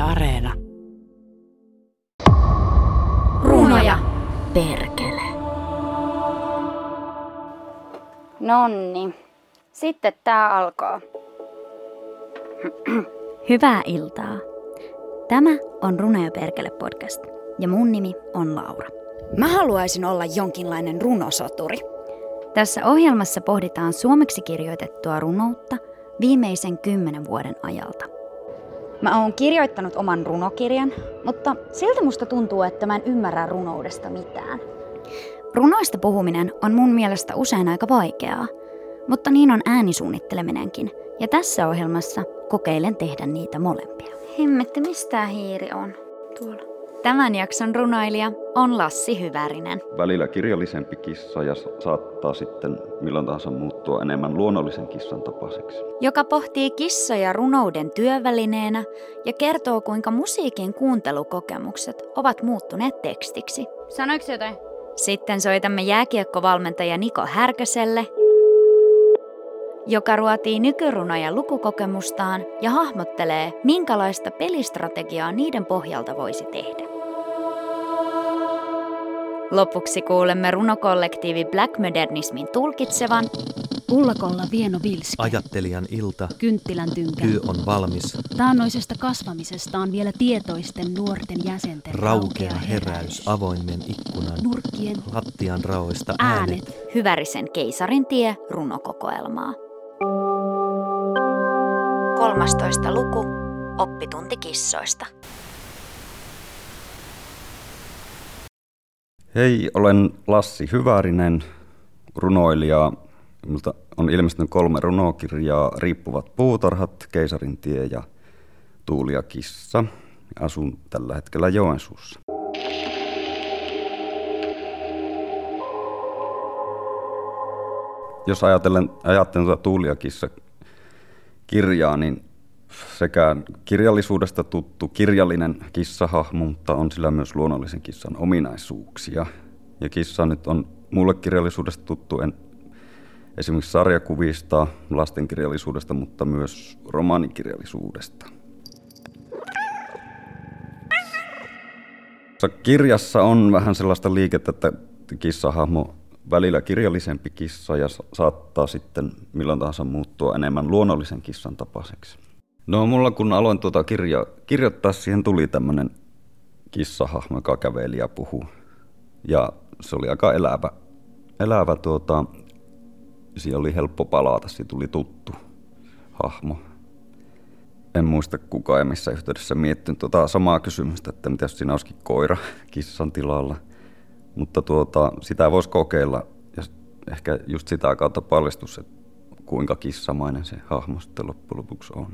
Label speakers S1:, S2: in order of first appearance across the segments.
S1: Areena.
S2: Runoja, perkele.
S3: Nonni, sitten tää alkaa.
S2: Hyvää iltaa. Tämä on Runoja perkele podcast ja mun nimi on Laura.
S3: Mä haluaisin olla jonkinlainen runosoturi.
S2: Tässä ohjelmassa pohditaan suomeksi kirjoitettua runoutta viimeisen 10 vuoden ajalta.
S3: Mä oon kirjoittanut oman runokirjan, mutta silti musta tuntuu, että mä en ymmärrä runoudesta mitään.
S2: Runoista puhuminen on mun mielestä usein aika vaikeaa, mutta niin on äänisuunnitteleminenkin. Ja tässä ohjelmassa kokeilen tehdä niitä molempia.
S3: Hemmetti, mistä hiiri on tuolla?
S2: Tämän jakson runoilija on Lassi Hyvärinen.
S4: Välillä kirjallisempi kissa ja saattaa sitten milloin tahansa muuttua enemmän luonnollisen kissan tapaiseksi.
S2: Joka pohtii kissoja runouden työvälineenä ja kertoo, kuinka musiikin kuuntelukokemukset ovat muuttuneet tekstiksi.
S3: Sanoiko jotain?
S2: Sitten soitamme jääkiekkovalmentaja Niko Härköselle, joka ruotii nykyrunoja lukukokemustaan ja hahmottelee, minkälaista pelistrategiaa niiden pohjalta voisi tehdä. Lopuksi kuulemme runokollektiivi Black Modernismin tulkitsevan
S5: Ullakolla Vieno Vilske.
S6: Ajattelijan ilta.
S5: Kynttilän tynkä.
S6: Työ on valmis.
S5: Taannoisesta kasvamisestaan vielä tietoisten nuorten jäsenten
S6: Raukea heräys avoimen ikkunan.
S5: Nurkkien
S6: lattian raoista
S5: äänet.
S2: Hyvärisen Keisarin tie runokokoelmaa. 13. luku. Oppitunti kissoista.
S4: Hei, olen Lassi Hyvärinen, runoilija. Minulta on ilmestynyt 3 runokirjaa, Riippuvat puutarhat, Keisarin tie ja Tuuli ja kissa. Asun tällä hetkellä Joensuussa. Jos ajattelen tuota Tuuli ja kissa kirjaa, niin sekä kirjallisuudesta tuttu kirjallinen kissahahmo, mutta on sillä myös luonnollisen kissan ominaisuuksia. Ja kissa nyt on mulle kirjallisuudesta tuttu esimerkiksi sarjakuvista, lastenkirjallisuudesta, mutta myös romaanikirjallisuudesta. Kirjassa on vähän sellaista liikettä, että kissahahmo välillä kirjallisempi kissa ja saattaa sitten milloin tahansa muuttua enemmän luonnollisen kissan tapaiseksi. No mulla kun aloin tuota kirjaa kirjoittaa, siihen tuli tämmöinen kissahahmo, joka käveli ja puhui. Ja se oli aika elävä siihen oli helppo palata, siitä tuli tuttu hahmo. En muista kukaan ja missä yhteydessä miettinyt samaa kysymystä, että mitä jos siinä olisikin koira kissan tilalla. Mutta sitä voisi kokeilla ja ehkä just sitä kautta paljastus, että kuinka kissamainen se hahmo sitten loppujen lopuksi on.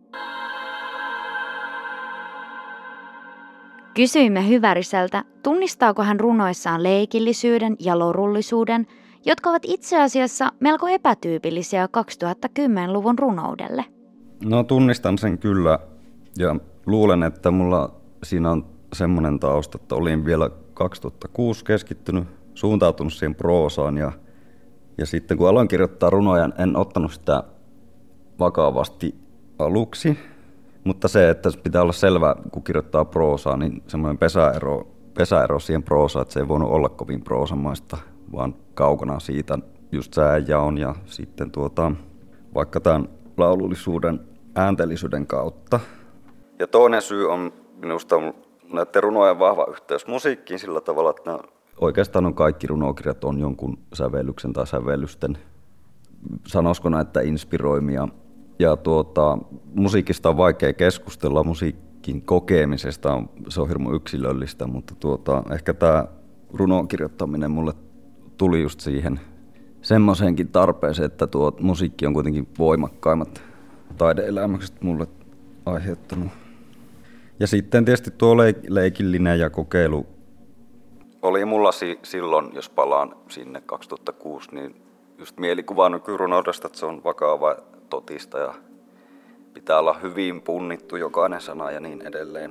S2: Kysyimme Hyväriseltä, tunnistaako hän runoissaan leikillisyyden ja lorullisuuden, jotka ovat itse asiassa melko epätyypillisiä 2010-luvun runoudelle.
S4: No tunnistan sen kyllä ja luulen, että mulla siinä on semmoinen tausta, että olin vielä 2006 suuntautunut siihen proosaan ja sitten kun aloin kirjoittaa runoja, en ottanut sitä vakavasti aluksi. Mutta se, että pitää olla selvä, kun kirjoittaa proosaa, niin semmoinen pesäero siihen proosaan, että se ei voinut olla kovin proosamaista, vaan kaukana siitä just säänjaon ja sitten vaikka tämän laulullisuuden ääntellisyyden kautta. Ja toinen syy on minusta näiden runojen vahva yhteys musiikkiin sillä tavalla, että oikeastaan on kaikki runokirjat on jonkun sävellyksen tai sävellysten, sanoisiko näitä inspiroimia. Ja musiikista on vaikea keskustella, musiikin kokemisesta se on hirmu yksilöllistä, mutta ehkä tämä runon kirjoittaminen mulle tuli just siihen semmoiseenkin tarpeeseen, että musiikki on kuitenkin voimakkaimmat taide-elämykset mulle aiheuttanut. Ja sitten tietysti tuo leikillinen ja kokeilu oli mulla silloin, jos palaan sinne 2006, niin just mielikuva nykyrunoudesta, että se on vakava totista ja pitää olla hyvin punnittu jokainen sana ja niin edelleen.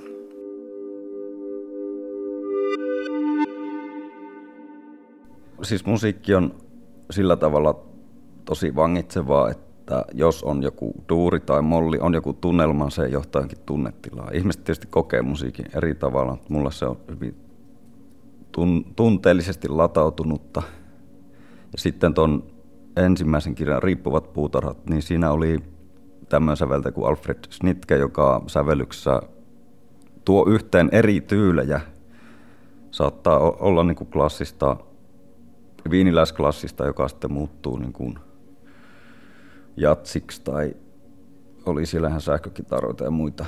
S4: Siis musiikki on sillä tavalla tosi vangitsevaa, että että jos on joku duuri tai molli, on joku tunnelma, se johtaa johonkin tunnetilaan. Ihmiset tietysti kokee musiikin eri tavalla, mutta mulla se on hyvin tunteellisesti latautunutta. Ja sitten tuon ensimmäisen kirjan Riippuvat puutarhat, niin siinä oli tämmöinen säveltäjä kuin Alfred Schnitke, joka sävellyksessä tuo yhteen eri tyylejä. Saattaa olla niin kuin klassista, viiniläisklassista, joka sitten muuttuu niin kuin jatsiksi, tai oli siellähän sähkökitaroita ja muita.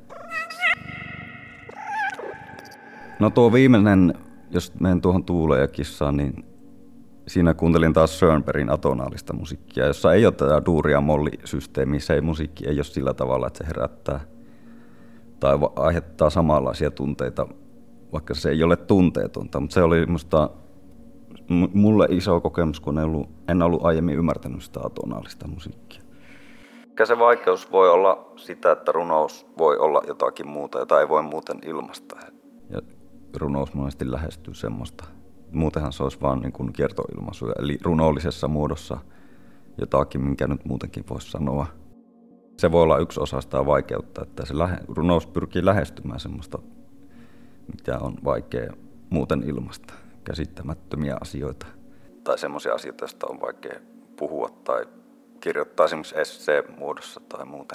S4: No tuo viimeinen, jos menen tuohon Tuuleen ja kissaan, niin siinä kuuntelin taas Schönbergin atonaalista musiikkia, jossa ei ole tätä duuria mollisysteemiä. Se musiikki ei ole sillä tavalla, että se herättää tai aiheuttaa samanlaisia tunteita, vaikka se ei ole tunteetonta. Mutta se oli mulle iso kokemus, kun en ollut aiemmin ymmärtänyt sitä atonaalista musiikkia. Se vaikeus voi olla sitä, että runous voi olla jotakin muuta, jota ei voi muuten ilmaista. Ja runous monesti lähestyy semmoista. Muutenhan se olisi vaan niin kuin kiertoilmaisuja, eli runollisessa muodossa jotakin, minkä nyt muutenkin voisi sanoa. Se voi olla yksi osa sitä vaikeutta, että se runous pyrkii lähestymään semmoista, mitä on vaikea muuten ilmaista. Käsittämättömiä asioita tai semmoisia asioita, joista on vaikea puhua tai kirjoittaa esimerkiksi esseen muodossa tai muuten.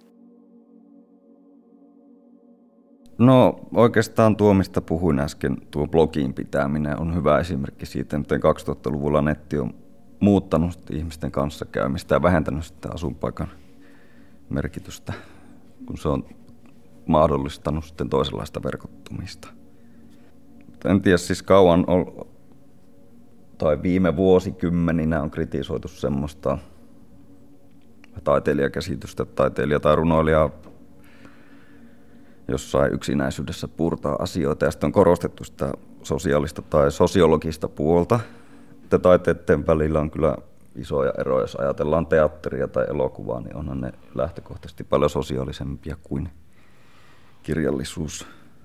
S4: No oikeastaan tuo, mistä puhuin äsken, tuo blogin pitäminen on hyvä esimerkki siitä, miten 2000-luvulla netti on muuttanut ihmisten kanssakäymistä ja vähentänyt sitä asuinpaikan merkitystä, kun se on mahdollistanut sitten toisenlaista verkottumista. En tiedä, siis kauan tai viime vuosikymmeninä on kritisoitu semmoista taiteilijakäsitystä, että taiteilija tai runoilija jossain yksinäisyydessä puurtaa asioita, ja sitten on korostettu sitä sosiaalista tai sosiologista puolta. Että taiteiden välillä on kyllä isoja eroja, jos ajatellaan teatteria tai elokuvaa, niin onhan ne lähtökohtaisesti paljon sosiaalisempia kuin kirjallisuus.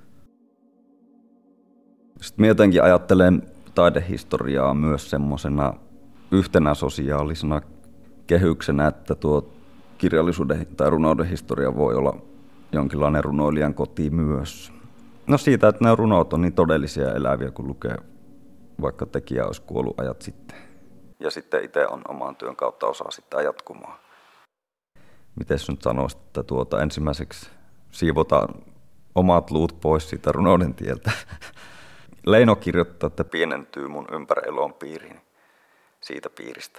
S4: Sitten jotenkin ajattelen taidehistoriaa myös semmoisena yhtenä sosiaalisena kehyksenä, että tuo kirjallisuuden tai runouden historia voi olla jonkinlainen runoilijan koti myös. No siitä, että nämä runot on niin todellisia ja eläviä, kun lukee, vaikka tekijä olisi kuollut ajat sitten. Ja sitten itse on oman työn kautta osaa sitä jatkumaa. Miten nyt sanoisit, että ensimmäiseksi siivotaan omat luut pois siitä runouden tieltä. Leino kirjoittaa, että pienentyy mun ympärilön piiriin siitä piiristä.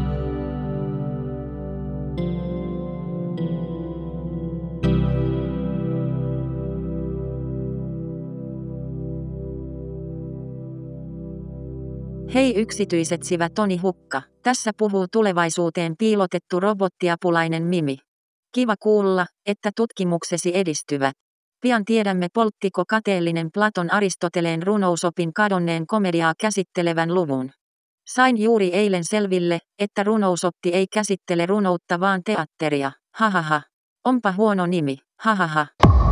S1: Hei yksityisetsivä Toni Hukka, tässä puhuu tulevaisuuteen piilotettu robottiapulainen Mimi. Kiva kuulla, että tutkimuksesi edistyvät. Pian tiedämme, polttiko kateellinen Platon Aristoteleen runousopin kadonneen komediaa käsittelevän luvun. Sain juuri eilen selville, että runousoppi ei käsittele runoutta vaan teatteria. Hahaha. Onpa huono nimi. Hahaha.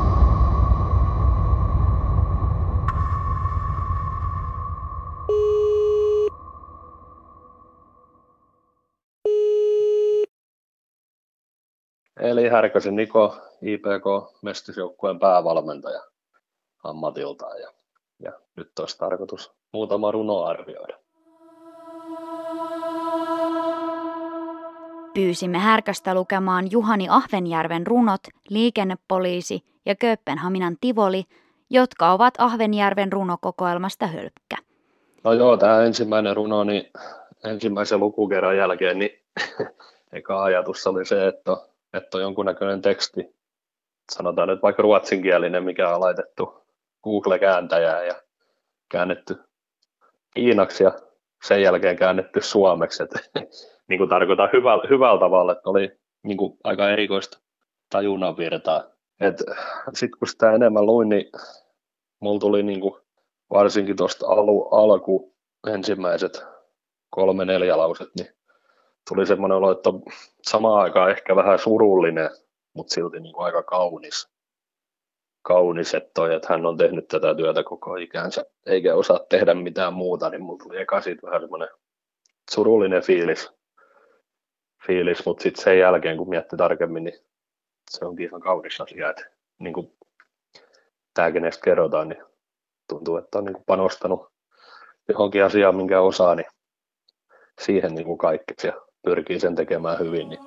S7: Eli Härkösen Niko, IPK-mestysjoukkueen päävalmentaja ammatiltaan. Ja nyt olisi tarkoitus muutama runo arvioida.
S2: Pyysimme Härköstä lukemaan Juhani Ahvenjärven runot Liikennepoliisi ja Kööpenhaminan Tivoli, jotka ovat Ahvenjärven runokokoelmasta hölkkä.
S7: No joo, tämä ensimmäinen runo, niin ensimmäisen lukukerran jälkeen, niin eka ajatus oli se, että on jonkunnäköinen teksti, sanotaan nyt vaikka ruotsinkielinen, mikä on laitettu Google-kääntäjään ja käännetty kiinaksi ja sen jälkeen käännetty suomeksi. Niin kuin tarkoitan hyvällä tavalla, että oli niin kuin aika erikoista tajunnanvirtaa. Sitten kun sitä enemmän luin, niin mulla tuli niin kuin varsinkin tuosta alku ensimmäiset 3-4 lauset, niin tuli semmoinen olo, että on samaan aikaan ehkä vähän surullinen, mutta silti niin kuin aika kaunis, että hän on tehnyt tätä työtä koko ikänsä, eikä osaa tehdä mitään muuta, niin mulla tuli eka siitä vähän semmoinen surullinen fiilis. fiilis, mutta sitten sen jälkeen, kun miettii tarkemmin, niin se onkin ihan kaunis asia, että niin kuin tämä, kenestä kerrotaan, niin tuntuu, että on niin kuin panostanut johonkin asiaan, minkä osaa, niin siihen niin kuin kaikki ja pyrkii sen tekemään hyvin. Niin.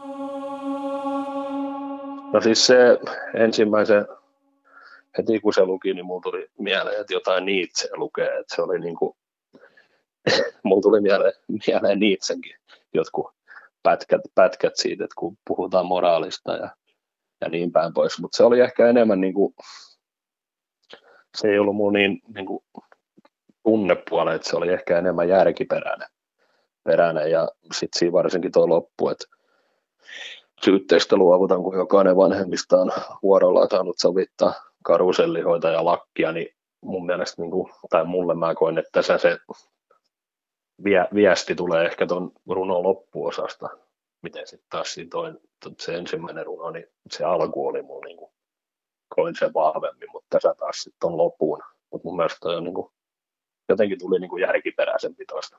S7: No siis se ensimmäisen, heti kun se luki, niin mulla tuli mieleen, että jotain Nietzscheä lukee, että se oli niin kuin, mulla tuli mieleen Nietzschenkin jotkut pätkät siitä, että kun puhutaan moraalista ja niin päin pois, mutta se oli ehkä enemmän niin kuin, se ei ollut mun niin kuin tunnepuolella, että se oli ehkä enemmän järkiperäinen ja sitten siinä varsinkin tuo loppu, että syytteistä luovutan, kun jokainen vanhemmista on vuorollaan saanut sovittaa karusellihoita ja lakkia, niin mun mielestä, niin kuin, tai mulle mä koin, että tässä se viesti tulee ehkä tuon runon loppuosasta, miten sitten taas se ensimmäinen runo, niin se alku oli mulla niin kuin, koin sen vahvemmin, mutta tässä taas sitten on lopuun. Mutta mun mielestä toi on niin kuin, jotenkin tuli niin kuin järkiperäisempi tuosta.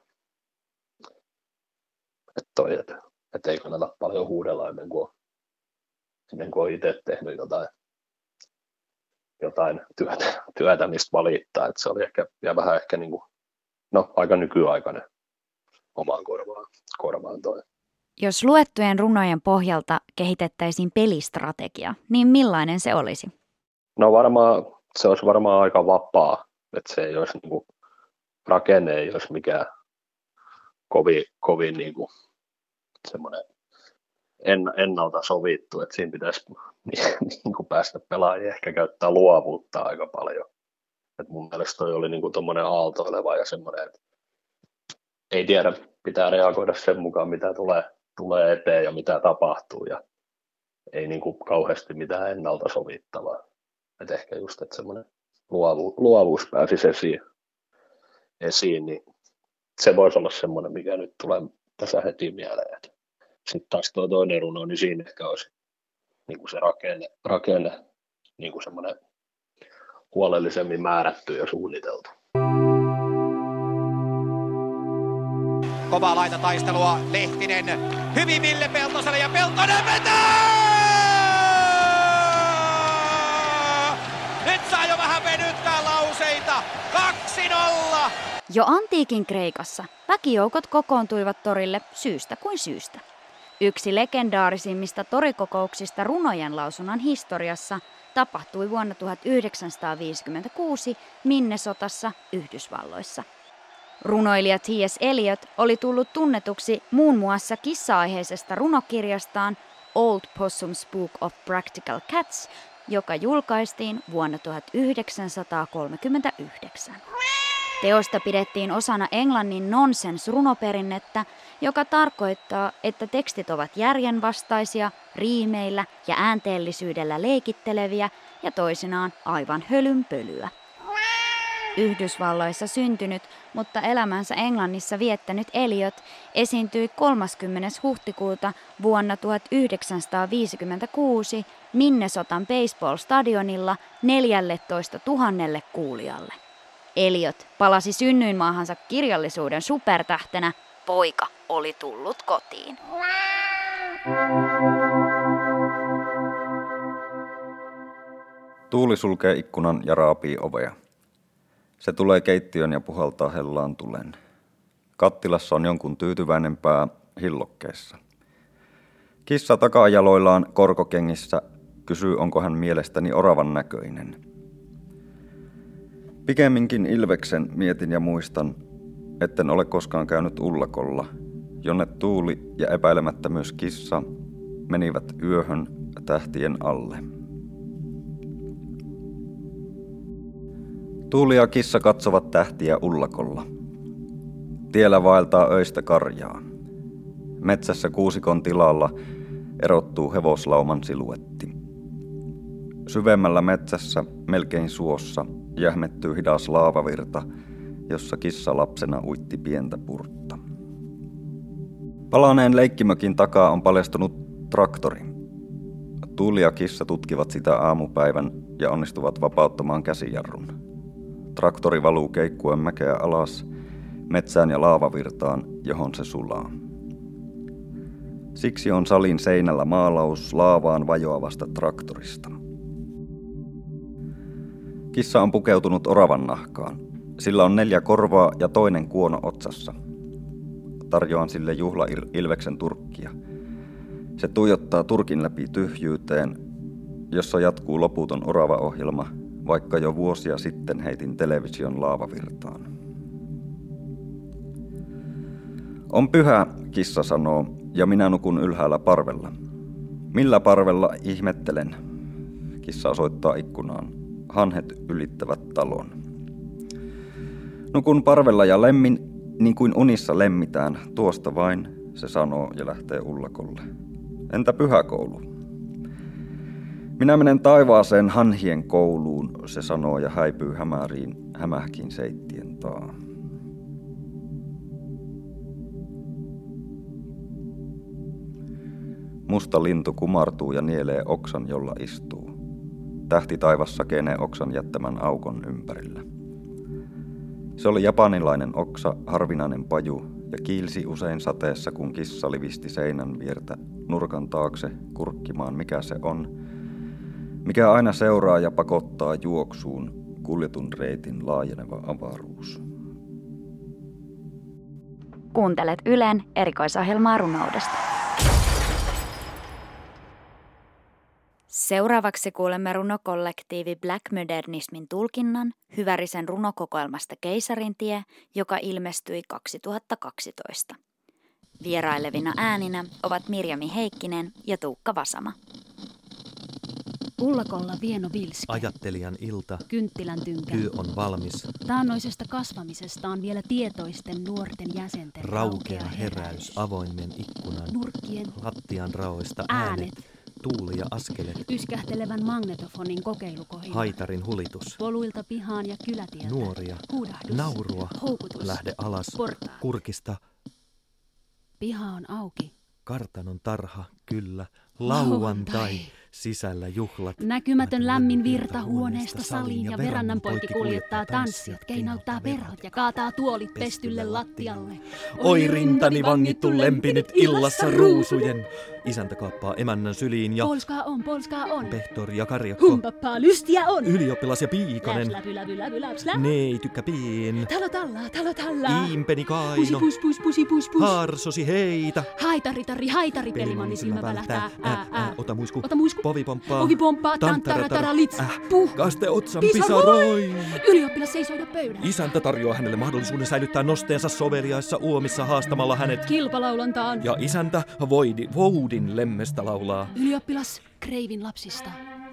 S7: Että ei kannata paljon huudella ennen kuin on itse tehnyt jotain työtä, mistä valittaa. Että se oli vähän ehkä niin kuin, aika nykyaikainen omaan korvaan toi.
S2: Jos luettujen runojen pohjalta kehitettäisiin pelistrategia, niin millainen se olisi?
S7: No se olisi varmaan aika vapaa, että se ei olisi niin kuin, rakenne ei olisi mikään kovin niin kuin, semmoinen ennalta sovittu, että siinä pitäisi niin kuin päästä pelaajiin ehkä käyttää luovuutta aika paljon. Et mun mielestä toi oli niin kuin tommoinen aaltoileva ja semmoinen, että ei tiedä, pitää reagoida sen mukaan, mitä tulee eteen ja mitä tapahtuu ja ei niin kuin kauheasti mitään ennalta sovittavaa. Et ehkä just, että semmoinen luovuus pääsisi esiin, niin se voisi olla semmoinen, mikä nyt tulee tässä heti mieleen. Sitten taas tuo toinen runo, niin siinä ehkä olisi niin kuin se rakenne niin kuin semmoinen huolellisemmin määrätty ja suunniteltu.
S8: Kovaa laitataistelua, Lehtinen, hyvin Ville Peltoselle ja Peltonen vetää! Nyt saa jo vähän venyttää lauseita, 2-0!
S2: Jo antiikin Kreikassa väkijoukot kokoontuivat torille syystä kuin syystä. Yksi legendaarisimmista torikokouksista runojen lausunnan historiassa tapahtui vuonna 1956 Minnesotassa, Yhdysvalloissa. Runoilija T.S. Eliot oli tullut tunnetuksi muun muassa kissa-aiheisesta runokirjastaan Old Possum's Book of Practical Cats, joka julkaistiin vuonna 1939. Teosta pidettiin osana Englannin nonsense-runoperinnettä, joka tarkoittaa, että tekstit ovat järjenvastaisia, riimeillä ja äänteellisyydellä leikitteleviä ja toisinaan aivan hölynpölyä. Yhdysvalloissa syntynyt, mutta elämänsä Englannissa viettänyt Eliot esiintyi 30. huhtikuuta vuonna 1956 Minnesotan baseball-stadionilla 14 000 kuulijalle. Eliot palasi synnyinmaahansa kirjallisuuden supertähtenä. Poika oli tullut kotiin.
S4: Tuuli sulkee ikkunan ja raapii ovea. Se tulee keittiön ja puhaltaa hellaan tulen. Kattilassa on jonkun tyytyväinen pää hillokkeessa. Kissa takajaloillaan korkokengissä kysyy, onko hän mielestäni oravan näköinen. Pikemminkin ilveksen mietin ja muistan, etten ole koskaan käynyt ullakolla, jonne tuuli ja epäilemättä myös kissa menivät yöhön tähtien alle. Tuuli ja kissa katsovat tähtiä ullakolla. Tiellä vaeltaa öistä karjaa. Metsässä kuusikon tilalla erottuu hevoslauman siluetti. Syvemmällä metsässä, melkein suossa, jähmettyy hidas laavavirta, jossa kissa lapsena uitti pientä purtta. Palaneen leikkimökin takaa on paljastunut traktori. Tuuli ja kissa tutkivat sitä aamupäivän ja onnistuvat vapauttamaan käsijarrun. Traktori valuu keikkuen mäkeä alas, metsään ja laavavirtaan, johon se sulaa. Siksi on salin seinällä maalaus laavaan vajoavasta traktorista. Kissa on pukeutunut oravan nahkaan. Sillä on 4 korvaa ja toinen kuono otsassa. Tarjoan sille juhlailveksen turkkia. Se tuijottaa turkin läpi tyhjyyteen, jossa jatkuu loputon orava-ohjelma, vaikka jo vuosia sitten heitin television laavavirtaan. On pyhä, kissa sanoo, ja minä nukun ylhäällä parvella. Millä parvella, ihmettelen. Kissa osoittaa ikkunaan. Hanhet ylittävät talon. Nukun parvella ja lemmin, niin kuin unissa lemmitään, tuosta vain, se sanoo ja lähtee ullakolle. Entä pyhäkoulu? Minä menen taivaaseen hanhien kouluun, se sanoo ja häipyy hämäriin hämähkin seittien taa. Musta lintu kumartuu ja nielee oksan, jolla istuu. Tähti taivas sakenee oksan jättämän aukon ympärillä. Se oli japanilainen oksa, harvinainen paju, ja kiilsi usein sateessa, kun kissa livisti seinän viertä nurkan taakse kurkkimaan, mikä se on, mikä aina seuraa ja pakottaa juoksuun kuljetun reitin laajeneva avaruus.
S2: Kuuntelet Ylen erikoisohjelmaa runoudesta. Seuraavaksi kuulemme runokollektiivi Black Modernismin tulkinnan Hyvärisen runokokoelmasta Keisarintie, joka ilmestyi 2012. Vierailevina ääninä ovat Mirjami Heikkinen ja Tuukka Vasama.
S5: Ullakolla vieno vilski.
S6: Ajattelijan ilta.
S5: Kynttilän tynkä.
S6: Työ on valmis.
S5: Taannoisesta kasvamisestaan vielä tietoisten nuorten jäsenten
S6: Raukea heräys avoimen ikkunan.
S5: Nurkkien
S6: lattian raoista
S5: äänet.
S6: Tuuli ja askelet.
S5: Yskähtelevän magnetofonin kokeilukohina.
S6: Haitarin hulitus.
S5: Poluilta pihaan ja kylätieltä.
S6: Nuoria.
S5: Huudahdus.
S6: Naurua.
S5: Houkutus.
S6: Lähde alas.
S5: Portaat.
S6: Kurkista.
S5: Piha on auki.
S6: Kartanon tarha, kyllä. Lauantai. Sisällä juhlat.
S5: Näkymätön lämmin virta huoneesta saliin ja verannan poikki kuljettaa tanssijat, keinauttaa verhot ja kaataa tuolit pestylle lattialle.
S6: Oi rintani vangittu lempinyt illassa ruusujen. Isäntä kaappaa emännän syliin ja
S5: Polskaa on.
S6: pehtori ja karjakko.
S5: Humpappaa lystiä on.
S6: Ylioppilas ja piikanen.
S5: Läpsläpy.
S6: Neitykkäpiin.
S5: Talo talla.
S6: Iimpeni kaino.
S5: Pus.
S6: Harsosi heitä.
S5: Haitari pelimanni silmä välähtää.
S6: Ota muisku.
S5: Ovi
S6: Povi
S5: pomppaa. Tantara litz. Puh.
S6: Kaste otsan
S5: Pisaroi. Ylioppilas seisoo pöydällä.
S6: Isäntä tarjoaa hänelle mahdollisuuden säilyttää nosteensa soveliaissa uomissa haastamalla hänet.
S5: Kilpalaulantaan.
S6: Ja isäntä Voudin lemmestä laulaa.
S5: Ylioppilas Kreivin lapsista.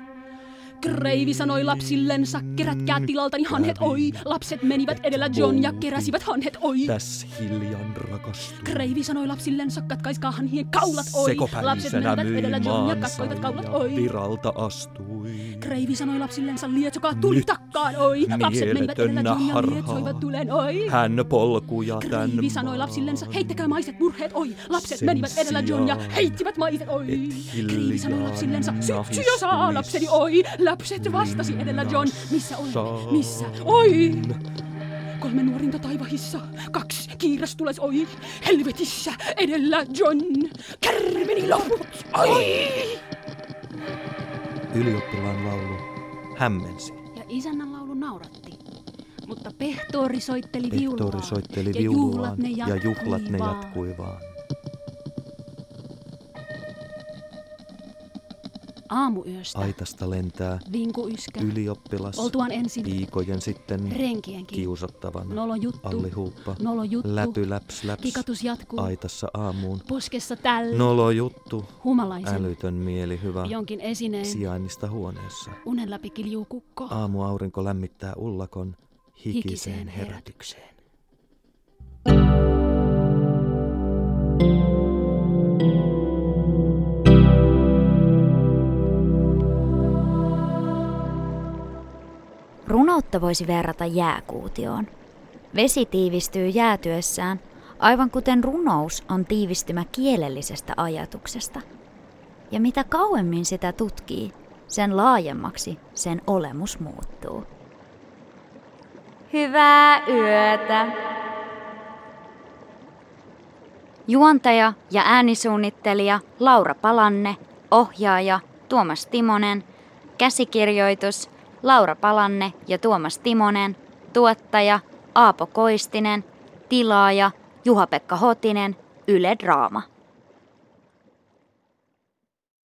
S5: Kreivi sanoi lapsillensa, kerätkää tilaltani hanhet, oi. Lapset menivät edellä John ja keräsivät hanhet, oi.
S6: Tässä hiljan rakastuu.
S5: Kreivi sanoi lapsillensa, katkaiskaa hanhien kaulat, oi. Lapset menivät edellä John ja katkoivat kaulat, oi.
S6: Viralta astui.
S5: Kreivi sanoi lapsillensa, lietsokaa tuli takkaan, oi. Lapset menivät edellä John ja lietsoivat tulen, oi.
S6: Hän polkuja tän
S5: Kreivi sanoi lapsillensa, heittäkää maiset murheet, oi. Lapset menivät edellä John ja heittivät maiset, oi. Kreivi sanoi lapsillensa, syksy jo saa lapseni, oi. Lapset vastasi edellä John. Missä olemme? Missä? Oi! 3 nuorinta taivahissa. 2 kiiras tules, oi! Helvetissä edellä John. Kärmeni loput, oi!
S6: Ylioppilaan laulu hämmensi.
S5: Ja isännän laulu nauratti. Mutta pehtori soitteli viulua.
S6: Ja juhlat ne jatkui vaan.
S5: Aamuyöstä.
S6: Aitasta lentää
S5: Vinkuyskä.
S6: Ylioppilas.
S5: Oltuaan ensin
S6: Piikojen sitten
S5: renkienkin.
S6: Kiusattavana.
S5: Nolojuttu.
S6: Allihuuppa.
S5: Nolojuttu.
S6: Läpy läps.
S5: Kikatus jatkuu.
S6: Aitassa aamuun.
S5: Poskessa tällä.
S6: Nolojuttu.
S5: Humalaisen.
S6: Älytön mieli hyvä.
S5: Jonkin esineen.
S6: Sijainnista huoneessa.
S5: Unen läpi kiljuu kukko.
S6: Aamuaurinko lämmittää ullakon hikiseen herätykseen.
S2: Runoutta voisi verrata jääkuutioon. Vesi tiivistyy jäätyessään, aivan kuten runous on tiivistymä kielellisestä ajatuksesta. Ja mitä kauemmin sitä tutkii, sen laajemmaksi sen olemus muuttuu. Hyvää yötä! Juontaja ja äänisuunnittelija Laura Palanne, ohjaaja Tuomas Timonen, käsikirjoitus Laura Palanne ja Tuomas Timonen, tuottaja Aapo Koistinen, tilaaja Juha-Pekka Hotinen, Yle Draama.